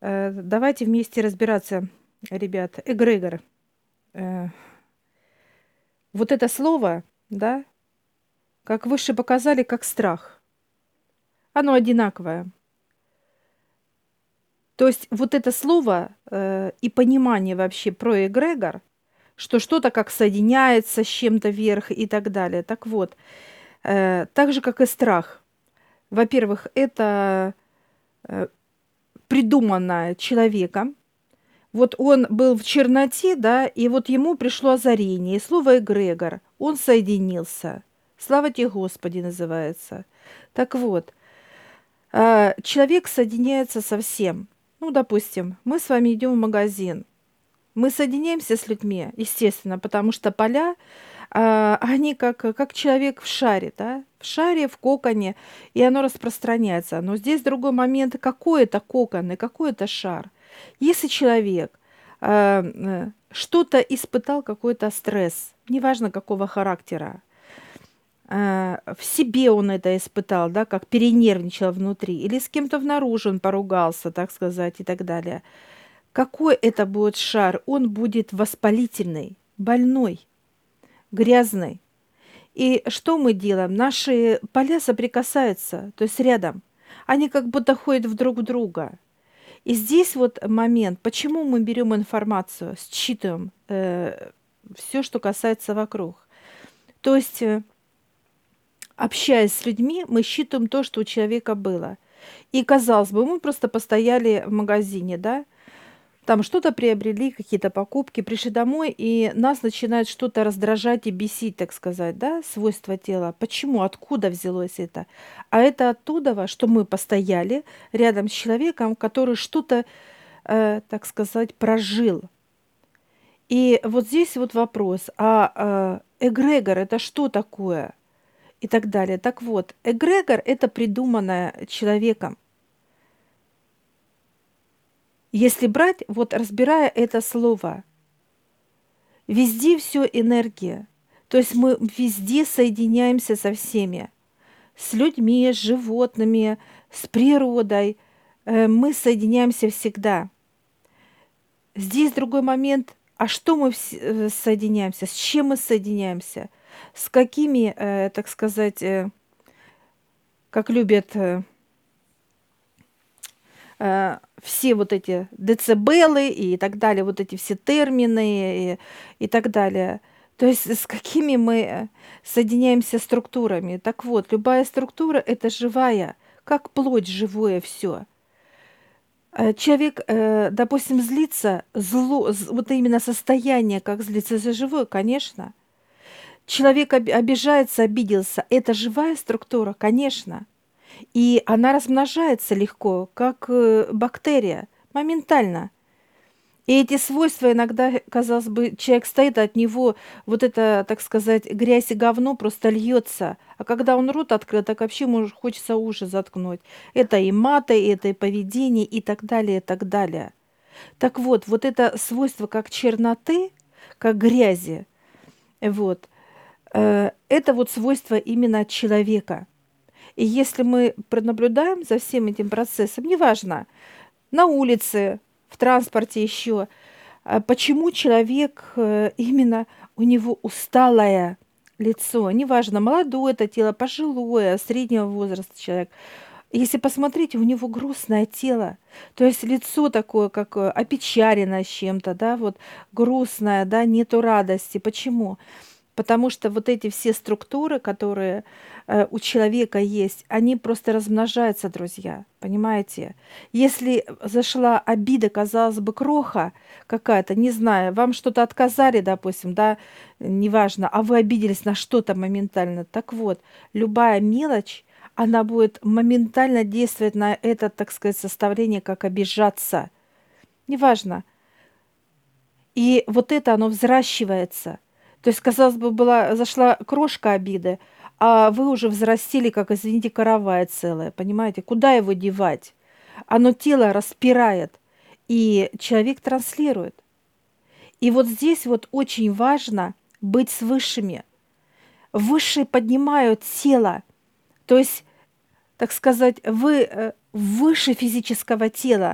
Давайте вместе разбираться, ребят. Эгрегор. Э, Вот это слово, да, как выше показали, как страх. Оно одинаковое. То есть вот это слово и понимание вообще про эгрегор, что что-то как соединяется с чем-то вверх и так далее. Так вот, так же, как и страх. Во-первых, это э, придуманное человеком. Вот он был в черноте, да, и вот ему пришло озарение, и слово эгрегор, он соединился. Слава тебе, Господи, называется. Так вот, человек соединяется со всем. Ну, допустим, мы с вами идем в магазин. Мы соединяемся с людьми, естественно, потому что поля, они как человек в шаре, да, в шаре, в коконе, и оно распространяется. Но здесь другой момент, какой это кокон и какой это шар. Если человек что-то испытал, какой-то стресс, неважно какого характера, в себе он это испытал, да, как перенервничал внутри, или с кем-то внаружи он поругался, так сказать, и так далее. Какой это будет шар? Он будет воспалительный, больной, грязный. И что мы делаем? Наши поля соприкасаются, то есть рядом. Они как будто ходят в друг друга. И здесь вот момент, почему мы берем информацию, считываем все, что касается вокруг. То есть, общаясь с людьми, мы считываем то, что у человека было. И казалось бы, мы просто постояли в магазине, да, там что-то приобрели, какие-то покупки, пришли домой, и нас начинает что-то раздражать и бесить, так сказать, да, свойства тела. Почему? Откуда взялось это? А это оттуда, что мы постояли рядом с человеком, который что-то, так сказать, прожил. И вот здесь вот вопрос, эгрегор это что такое? И так далее. Так вот, эгрегор это придуманное человеком. Если брать, вот разбирая это слово, везде все энергия. То есть мы везде соединяемся со всеми. С людьми, с животными, с природой. Мы соединяемся всегда. Здесь другой момент. А что мы соединяемся? С чем мы соединяемся? С какими, так сказать, как любят все вот эти децибелы и так далее, вот эти все термины и так далее. То есть с какими мы соединяемся структурами. Так вот, любая структура– это живая, как плоть живое все. Человек, допустим, злится, вот именно состояние, как злится за живое, конечно. Человек обижается, обиделся, это живая структура, конечно. И она размножается легко, как бактерия, моментально. И эти свойства иногда, казалось бы, человек стоит, от него вот это, так сказать, грязь и говно просто льется. А когда он рот открыл, так вообще может, хочется уши заткнуть. Это и маты, это и поведение, и так далее, и так далее. Так вот, вот это свойство как черноты, как грязи, вот, это вот свойство именно человека. И если мы пронаблюдаем за всем этим процессом, неважно, на улице, в транспорте еще, почему человек именно у него усталое лицо, неважно, молодое это тело, пожилое, среднего возраста человек. Если посмотреть, у него грустное тело, то есть лицо такое, как опечаленное чем-то, да, вот грустное, да, нету радости. Почему? Потому что вот эти все структуры, которые у человека есть, они просто размножаются, друзья, понимаете? Если зашла обида, казалось бы, кроха какая-то, не знаю, вам что-то отказали, допустим, да, неважно, а вы обиделись на что-то моментально. Так вот, любая мелочь, она будет моментально действовать на это, так сказать, составление, как обижаться. Неважно, и вот это оно взращивается. То есть, казалось бы, зашла крошка обиды, а вы уже взрастили, как, извините, каравай целое, понимаете? Куда его девать? Оно тело распирает, и человек транслирует. И вот здесь вот очень важно быть с высшими. Высшие поднимают тело, то есть, так сказать, вы выше физического тела.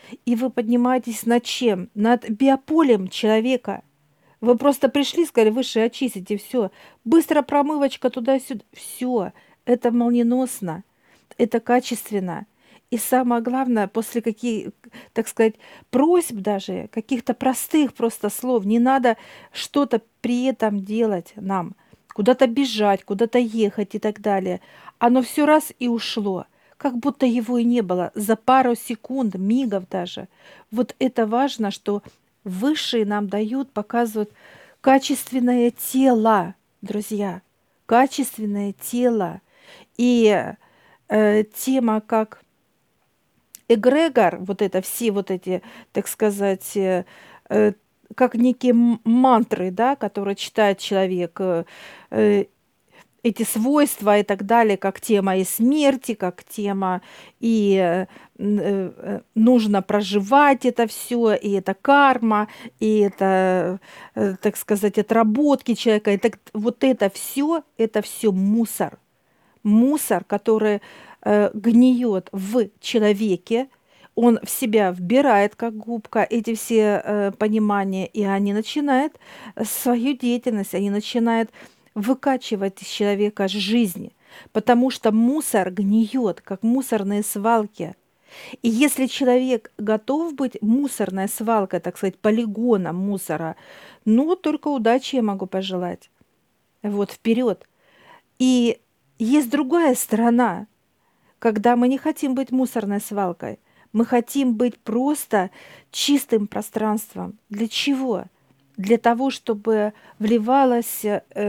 И вы поднимаетесь над чем? Над биополем человека. Вы просто пришли, сказали, выше очистите, все. Быстро промывочка туда-сюда. Все. Это молниеносно, это качественно. И самое главное, после каких, так сказать, просьб даже, каких-то простых просто слов, не надо что-то при этом делать нам, куда-то бежать, куда-то ехать и так далее. Оно все раз и ушло, как будто его и не было, за пару секунд, мигов даже. Вот это важно, что высшие нам дают, показывают качественное тело, друзья, качественное тело. И тема как эгрегор, вот это все вот эти, так сказать, э, как некие мантры, да, которые читает человек, э, эти свойства и так далее, как тема и смерти, как тема и нужно проживать это все, и это карма, и это, так сказать, отработки человека, вот это все мусор, мусор, который гниет в человеке, он в себя вбирает, как губка, эти все понимания, и они начинают свою деятельность, они начинают выкачивать из человека жизнь, потому что мусор гниет, как мусорные свалки. И если человек готов быть мусорной свалкой, так сказать, полигоном мусора, ну, только удачи я могу пожелать. Вот, вперед. И есть другая сторона, когда мы не хотим быть мусорной свалкой, мы хотим быть просто чистым пространством. Для чего? Для того, чтобы вливалось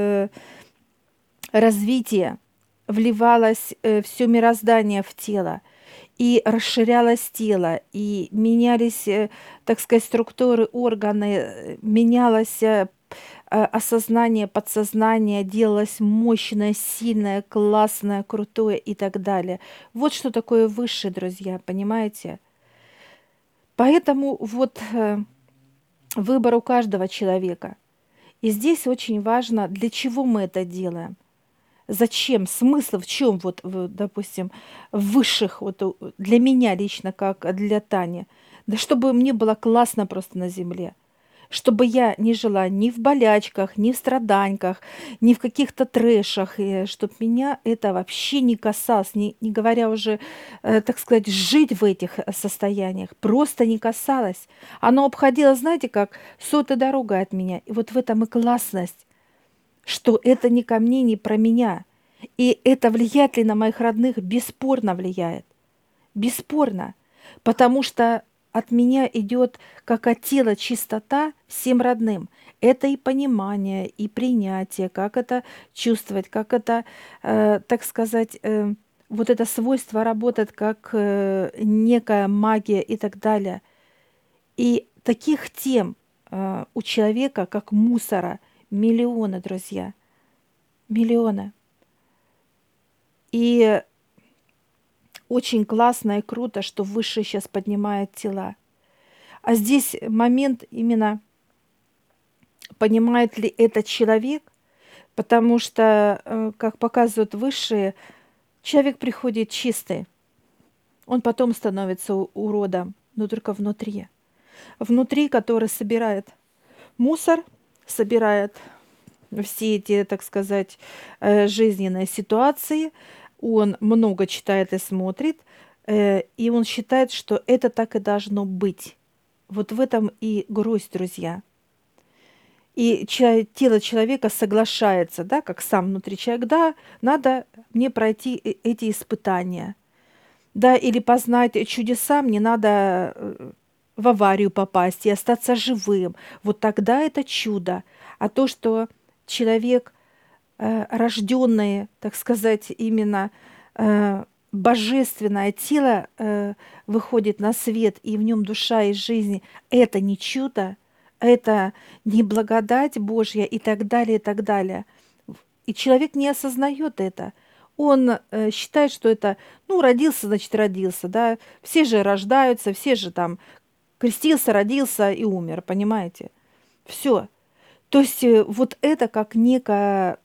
развитие, вливалось все мироздание в тело, и расширялось тело, и менялись, так сказать, структуры, органы, менялось осознание, подсознание, делалось мощное, сильное, классное, крутое и так далее. Вот что такое высшее, друзья, понимаете? Поэтому вот выбор у каждого человека. И здесь очень важно, для чего мы это делаем. Зачем? Смысл в чем, вот, допустим, в высших, вот для меня лично, как для Тани. Да чтобы мне было классно просто на земле. Чтобы я не жила ни в болячках, ни в страданьках, ни в каких-то трэшах, и чтобы меня это вообще не касалось, не говоря уже, так сказать, жить в этих состояниях, просто не касалось. Оно обходило, знаете, как сотой дорогой от меня. И вот в этом и классность, что это не ко мне, не про меня. И это влияет ли на моих родных? Бесспорно влияет. Бесспорно. Потому что от меня идет, как от тела, чистота всем родным. Это и понимание, и принятие, как это чувствовать, как это, так сказать, вот это свойство работает как некая магия и так далее. И таких тем у человека, как мусора, миллионы, друзья, миллионы. И очень классно и круто, что выше сейчас поднимает тела. А здесь момент именно, понимает ли этот человек, потому что, как показывают высшие, человек приходит чистый, он потом становится уродом, но только внутри. Внутри, который собирает мусор, собирает все эти, так сказать, жизненные ситуации, он много читает и смотрит, и он считает, что это так и должно быть. Вот в этом и грусть, друзья. И тело человека соглашается, да, как сам внутри человек, да, надо мне пройти эти испытания, да, или познать чудеса, мне надо в аварию попасть и остаться живым. Вот тогда это чудо. А то, что человек, рожденный, так сказать, именно божественное тело выходит на свет, и в нем душа и жизнь, это не чудо, это не благодать Божья и так далее, и так далее. И человек не осознает это. Он считает, что это, ну, родился, значит, родился, да. Все же рождаются, все же там крестился, родился и умер, понимаете? Все. То есть вот это как некая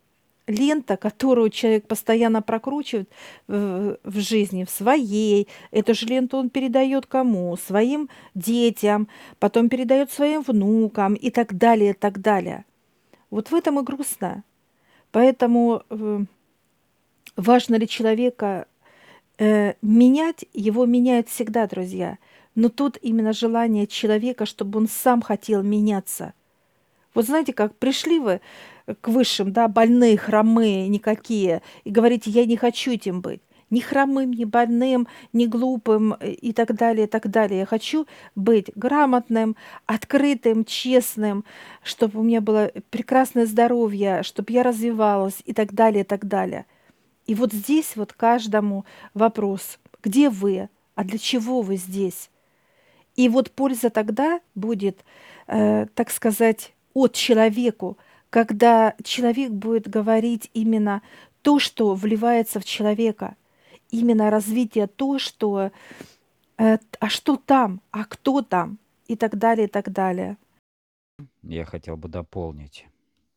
лента, которую человек постоянно прокручивает в жизни, в своей. Эту же ленту он передает кому? Своим детям, потом передает своим внукам и так далее, и так далее. Вот в этом и грустно. Поэтому важно ли человека менять, его меняют всегда, друзья. Но тут именно желание человека, чтобы он сам хотел меняться. Вот знаете, как пришли вы к высшим, да, больные, хромые, никакие, и говорите, я не хочу этим быть. Ни хромым, ни больным, ни глупым и так далее, и так далее. Я хочу быть грамотным, открытым, честным, чтобы у меня было прекрасное здоровье, чтобы я развивалась и так далее, и так далее. И вот здесь вот каждому вопрос, где вы, а для чего вы здесь? И вот польза тогда будет, так сказать, от человеку, когда человек будет говорить именно то, что вливается в человека, именно развитие то, что, а что там, а кто там, и так далее, и так далее. Я хотел бы дополнить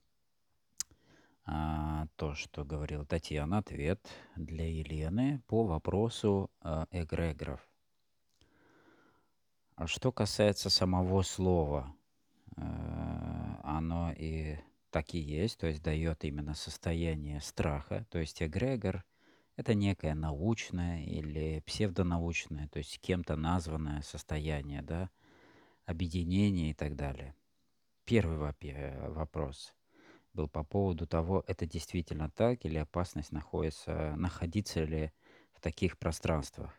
то, что говорила Татьяна, ответ для Елены по вопросу эгрегоров. А что касается самого слова, оно и так и есть, то есть дает именно состояние страха. То есть эгрегор — это некое научное или псевдонаучное, то есть кем-то названное состояние, да, объединение и так далее. Первый вопрос был по поводу того, это действительно так или опасность находиться ли в таких пространствах.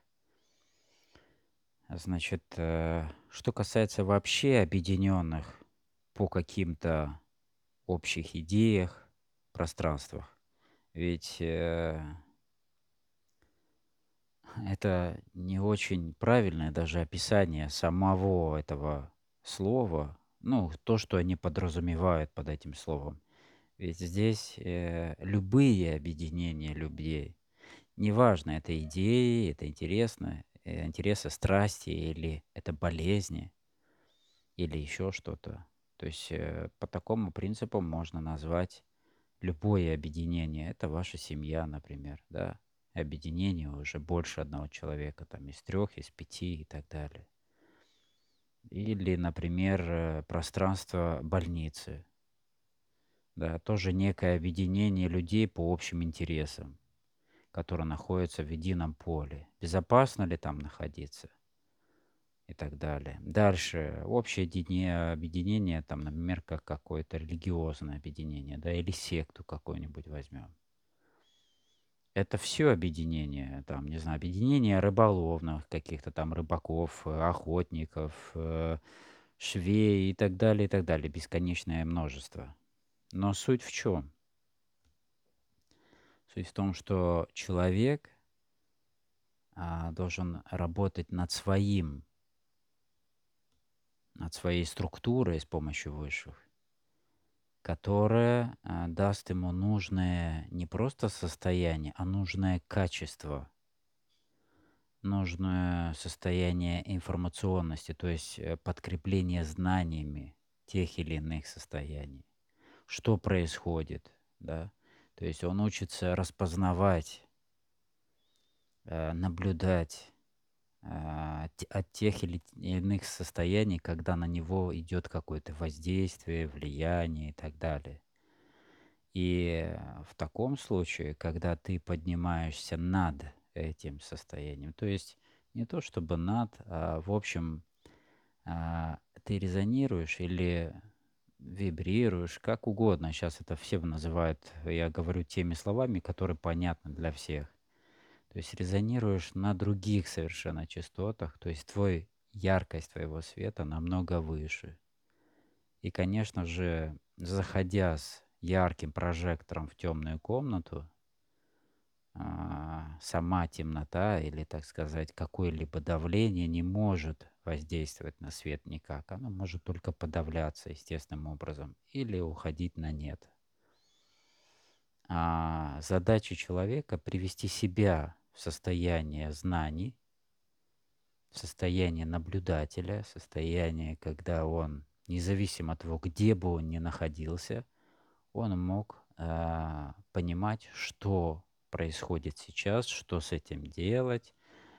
Значит, что касается вообще объединенных по каким-то общих идеях, пространствах, ведь это не очень правильное даже описание самого этого слова, ну, то, что они подразумевают под этим словом. Ведь здесь любые объединения людей, неважно, это идеи, это интересно, интересы, страсти, или это болезни, или еще что-то. То есть по такому принципу можно назвать любое объединение. Это ваша семья, например, да. Объединение уже больше одного человека, там из 3, из 5 и так далее. Или, например, пространство больницы. Да, тоже некое объединение людей по общим интересам, которые находятся в едином поле. Безопасно ли там находиться? И так далее. Дальше. Общее объединение, там, например, как какое-то религиозное объединение, да, или секту какую-нибудь возьмем. Это все объединение, там, не знаю, объединение рыболовных, каких-то там рыбаков, охотников, швей и так далее, бесконечное множество. Но суть в чем? Суть в том, что человек должен работать над своей структурой с помощью высших, которая даст ему нужное не просто состояние, а нужное качество, нужное состояние информационности, то есть подкрепление знаниями тех или иных состояний. Что происходит, да? То есть он учится распознавать, наблюдать от тех или иных состояний, когда на него идет какое-то воздействие, влияние и так далее. И в таком случае, когда ты поднимаешься над этим состоянием, то есть не то чтобы над, а в общем, ты резонируешь или вибрируешь, как угодно. Сейчас это все называют, я говорю теми словами, которые понятны для всех. То есть резонируешь на других совершенно частотах, то есть яркость твоего света намного выше. И, конечно же, заходя с ярким прожектором в темную комнату, сама темнота или, так сказать, какое-либо давление не может воздействовать на свет никак. Оно может только подавляться естественным образом или уходить на нет. Задача человека — привести себя в состояние знаний, в состояние наблюдателя, состояние, когда он, независимо от того, где бы он ни находился, он мог понимать, что происходит сейчас, что с этим делать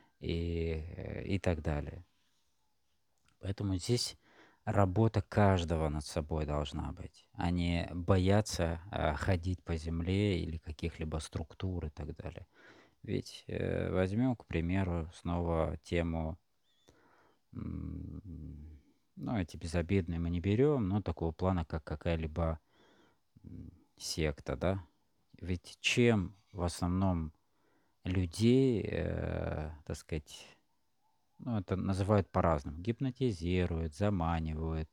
и так далее. Поэтому здесь работа каждого над собой должна быть, а не бояться ходить по земле или каких-либо структур и так далее. Ведь возьмем, к примеру, снова тему, м, ну, эти безобидные мы не берем, но такого плана, как какая-либо секта, да? Ведь чем в основном людей, так сказать, ну, это называют по-разному, гипнотизируют, заманивают,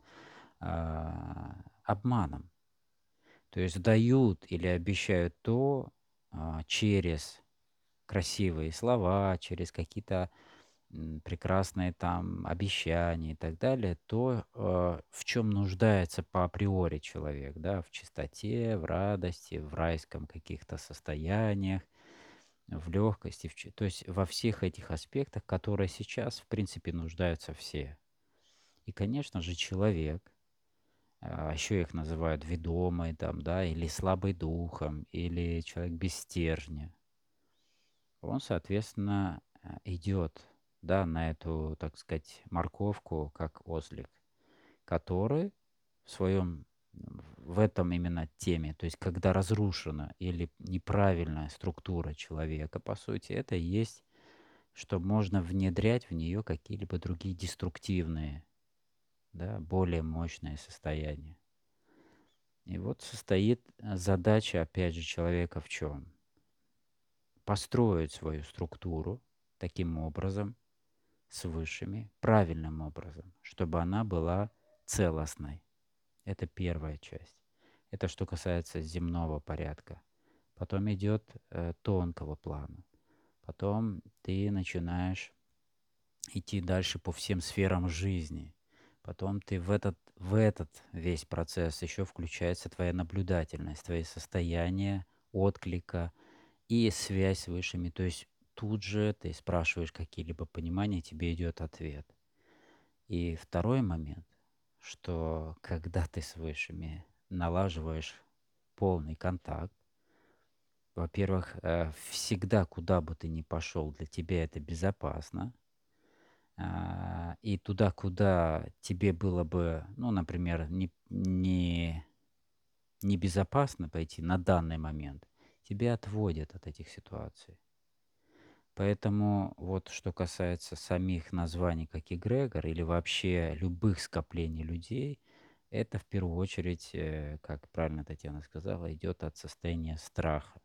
обманом. То есть дают или обещают то через красивые слова, через какие-то прекрасные там обещания и так далее, то, в чем нуждается по априори человек, да, в чистоте, в радости, в райском каких-то состояниях, в легкости, то есть во всех этих аспектах, которые сейчас, в принципе, нуждаются все. И, конечно же, человек, еще их называют ведомый, там, да, или слабый духом, или человек без стержня, он, соответственно, идет, да, на эту, так сказать, морковку, как ослик, который в своем, в этом именно теме, то есть когда разрушена или неправильная структура человека, по сути, это и есть, что можно внедрять в нее какие-либо другие деструктивные, да, более мощные состояния. И вот состоит задача, опять же, человека в чем? Построить свою структуру таким образом, с высшими, правильным образом, чтобы она была целостной. Это первая часть. Это что касается земного порядка. Потом идет тонкого плана. Потом ты начинаешь идти дальше по всем сферам жизни. Потом ты в этот весь процесс еще включается твоя наблюдательность, твои состояния, отклика и связь с высшими. То есть тут же ты спрашиваешь какие-либо понимания, тебе идет ответ. И второй момент, что когда ты с высшими налаживаешь полный контакт, во-первых, всегда, куда бы ты ни пошел, для тебя это безопасно. И туда, куда тебе было бы, ну, например, небезопасно пойти на данный момент, тебя отводят от этих ситуаций. Поэтому вот что касается самих названий, как эгрегор, или вообще любых скоплений людей, это в первую очередь, как правильно Татьяна сказала, идет от состояния страха.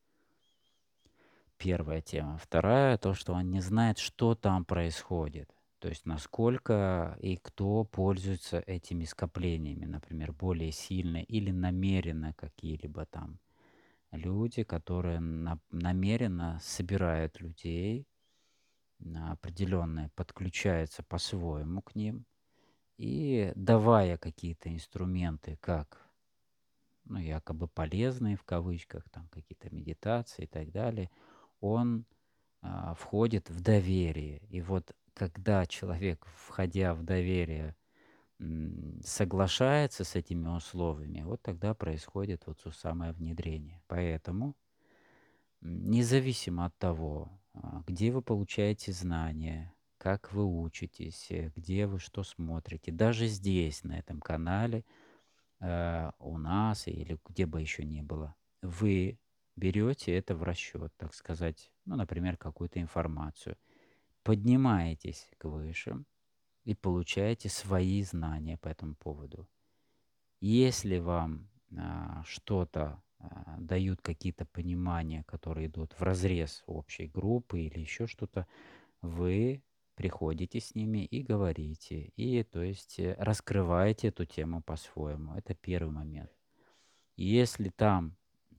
Первая тема. Вторая, то, что он не знает, что там происходит. То есть насколько и кто пользуется этими скоплениями, например, более сильно или намеренно какие-либо там люди, которые намеренно собирают людей, определенные, подключаются по-своему к ним и давая какие-то инструменты, как, ну, якобы полезные в кавычках, там какие-то медитации и так далее, он входит в доверие. И вот когда человек, входя в доверие, соглашается с этими условиями, вот тогда происходит вот то самое внедрение. Поэтому независимо от того, где вы получаете знания, как вы учитесь, где вы что смотрите, даже здесь, на этом канале, у нас или где бы еще ни было, вы берете это в расчет, так сказать, ну, например, какую-то информацию, поднимаетесь к высшим и получаете свои знания по этому поводу. Если вам что-то дают какие-то понимания, которые идут вразрез общей группы или еще что-то, вы приходите с ними и говорите, и то есть раскрываете эту тему по-своему. Это первый момент. Если там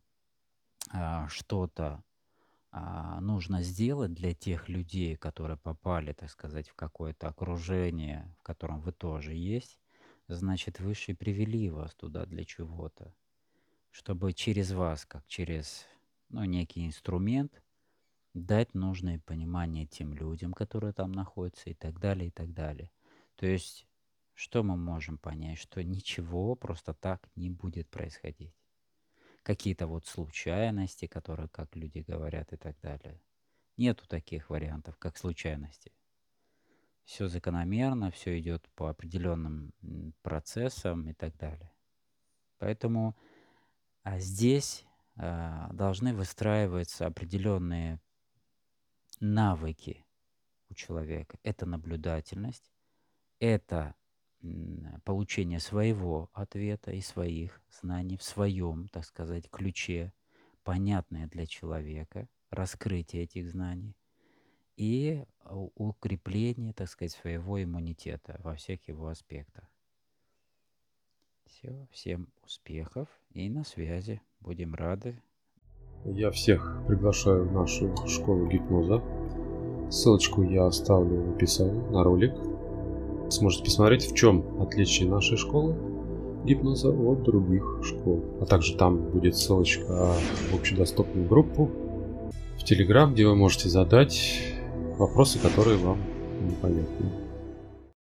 что-то нужно сделать для тех людей, которые попали, так сказать, в какое-то окружение, в котором вы тоже есть, значит, высшие привели вас туда для чего-то, чтобы через вас, как через, ну, некий инструмент, дать нужное понимание тем людям, которые там находятся, и так далее, и так далее. То есть, что мы можем понять? Что ничего просто так не будет происходить. какие-то вот случайности, которые, как люди говорят и так далее. Нету таких вариантов, как случайности. Все закономерно, все идет по определенным процессам и так далее. Поэтому здесь должны выстраиваться определенные навыки у человека. Это наблюдательность, это получение своего ответа и своих знаний в своем, так сказать, ключе, понятное для человека, раскрытие этих знаний и укрепление, так сказать, своего иммунитета во всех его аспектах. Все, всем успехов и на связи. Будем рады. Я всех приглашаю в нашу школу гипноза. Ссылочку я оставлю в описании на ролик. Сможете посмотреть, в чем отличие нашей школы гипноза от других школ. А также там будет ссылочка в общедоступную группу в Telegram, где вы можете задать вопросы, которые вам непонятны.